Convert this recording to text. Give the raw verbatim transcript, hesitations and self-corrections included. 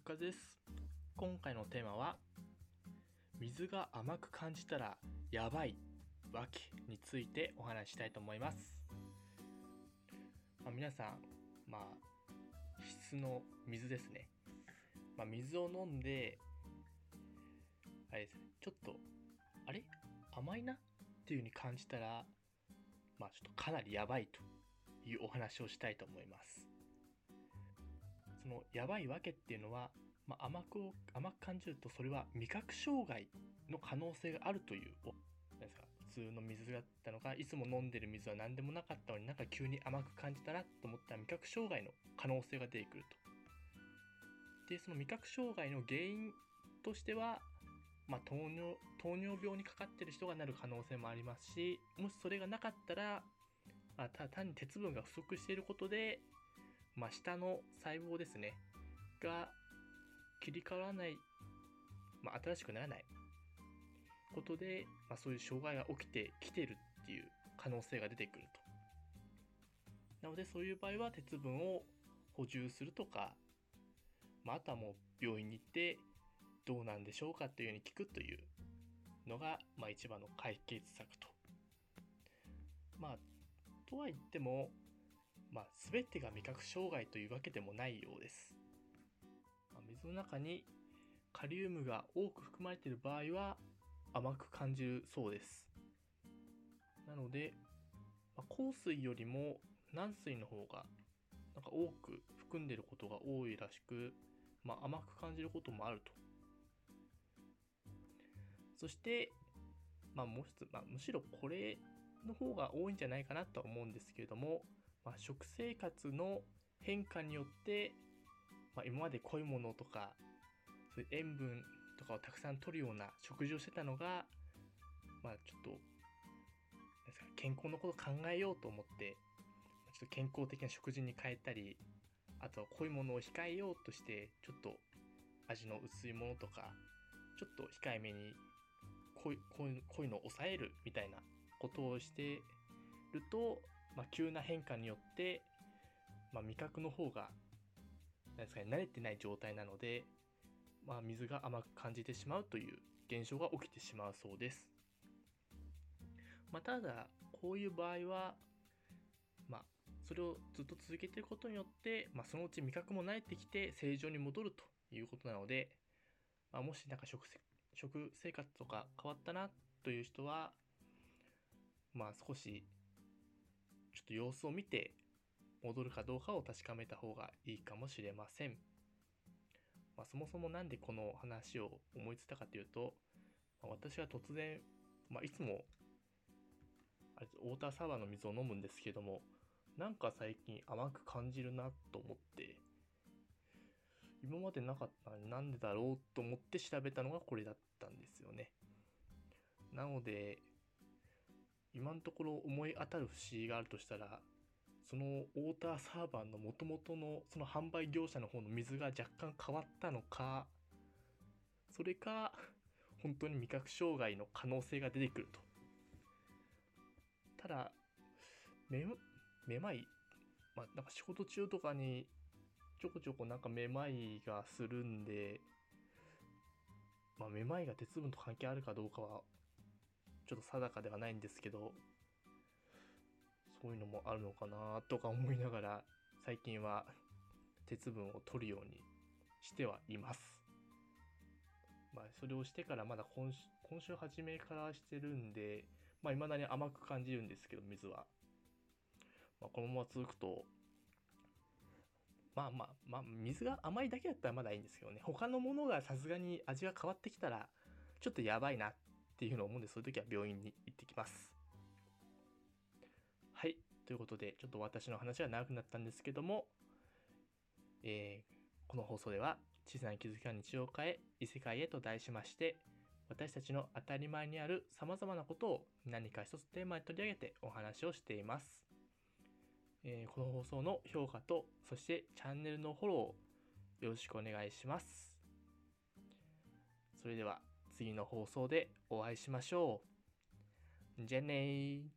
かです。今回のテーマは水が甘く感じたらやばいわけについてお話ししたいと思います。まあ、皆さん、まあ、質の水ですね。まあ、水を飲んで、あれですね、ちょっと、あれ甘いなっていう風に感じたら、まあちょっとかなりやばいというお話をしたいと思います。そのやばいわけっていうのは、まあ、甘く甘く感じるとそれは味覚障害の可能性があるという、なんですか、普通の水だったのがいつも飲んでる水は何でもなかったのになんか急に甘く感じたなと思ったら味覚障害の可能性が出てくると。でその味覚障害の原因としては、まあ、糖尿糖尿病にかかってる人がなる可能性もありますし、もしそれがなかったら、まあ、ただ単に鉄分が不足していることで、まあ、下の細胞ですねが切り替わらない、まあ、新しくならないことで、まあ、そういう障害が起きてきてるっていう可能性が出てくると。なのでそういう場合は鉄分を補充するとか、まあ、あとはもう病院に行ってどうなんでしょうかっていうように聞くというのが、まあ、一番の解決策と。まあとは言っても、まあ、全てが味覚障害というわけでもないようです。まあ、水の中にカリウムが多く含まれている場合は甘く感じるそうです。なので、まあ、硬水よりも軟水の方がなんか多く含んでいることが多いらしく、まあ、甘く感じることもあると。そして、まあ、もう一つ、まあ、むしろこれの方が多いんじゃないかなとは思うんですけれども、まあ、食生活の変化によって、まあ、今まで濃いものとかそういう塩分とかをたくさん摂るような食事をしてたのが、まあちょっとなんですか、健康のことを考えようと思ってちょっと健康的な食事に変えたり、あとは濃いものを控えようとしてちょっと味の薄いものとかちょっと控えめに濃い、濃い、濃いのを抑えるみたいなことをしてると、まあ、急な変化によって、まあ、味覚の方がなんですかね、慣れてない状態なので、まあ、水が甘く感じてしまうという現象が起きてしまうそうです。まあ、ただこういう場合は、まあ、それをずっと続けていることによって、まあ、そのうち味覚も慣れてきて正常に戻るということなので、まあ、もしなんか 食, 食生活とか変わったなという人は、まあ、少しちょっと様子を見て戻るかどうかを確かめた方がいいかもしれません。まあ、そもそもなんでこの話を思いついたかというと、まあ、私は突然、まあ、いつもあれウォーターサーバーの水を飲むんですけども、なんか最近甘く感じるなと思って、今までなかったのになんでだろうと思って調べたのがこれだったんですよね。なので今のところ思い当たる不思議があるとしたら、そのウォーターサーバーの元々のその販売業者の方の水が若干変わったのか、それか本当に味覚障害の可能性が出てくると。ただめめまい、まあ、なんか仕事中とかにちょこちょこなんかめまいがするんで、まあ、めまいが鉄分と関係あるかどうかはちょっと定かではないんですけど、そういうのもあるのかなとか思いながら最近は鉄分を取るようにしてはいます。まあ、それをしてからまだ今週、今週初めからしてるんで、まあ、未だに甘く感じるんですけど、水は。まあ、このまま続くと、まあまあ、まあ、水が甘いだけだったらまだいいんですけどね、他のものがさすがに味が変わってきたら、ちょっとやばいなっていうのを思うんで、そういう時は病院に行ってきます。はい。ということで、ちょっと私の話は長くなったんですけども、えー、この放送では、小さな気づきが日常を変え、異世界へと題しまして、私たちの当たり前にある様々なことを何か一つテーマに取り上げてお話をしています。えー、この放送の評価と、そしてチャンネルのフォローをよろしくお願いします。それでは次の放送でお会いしましょう。じゃあねー。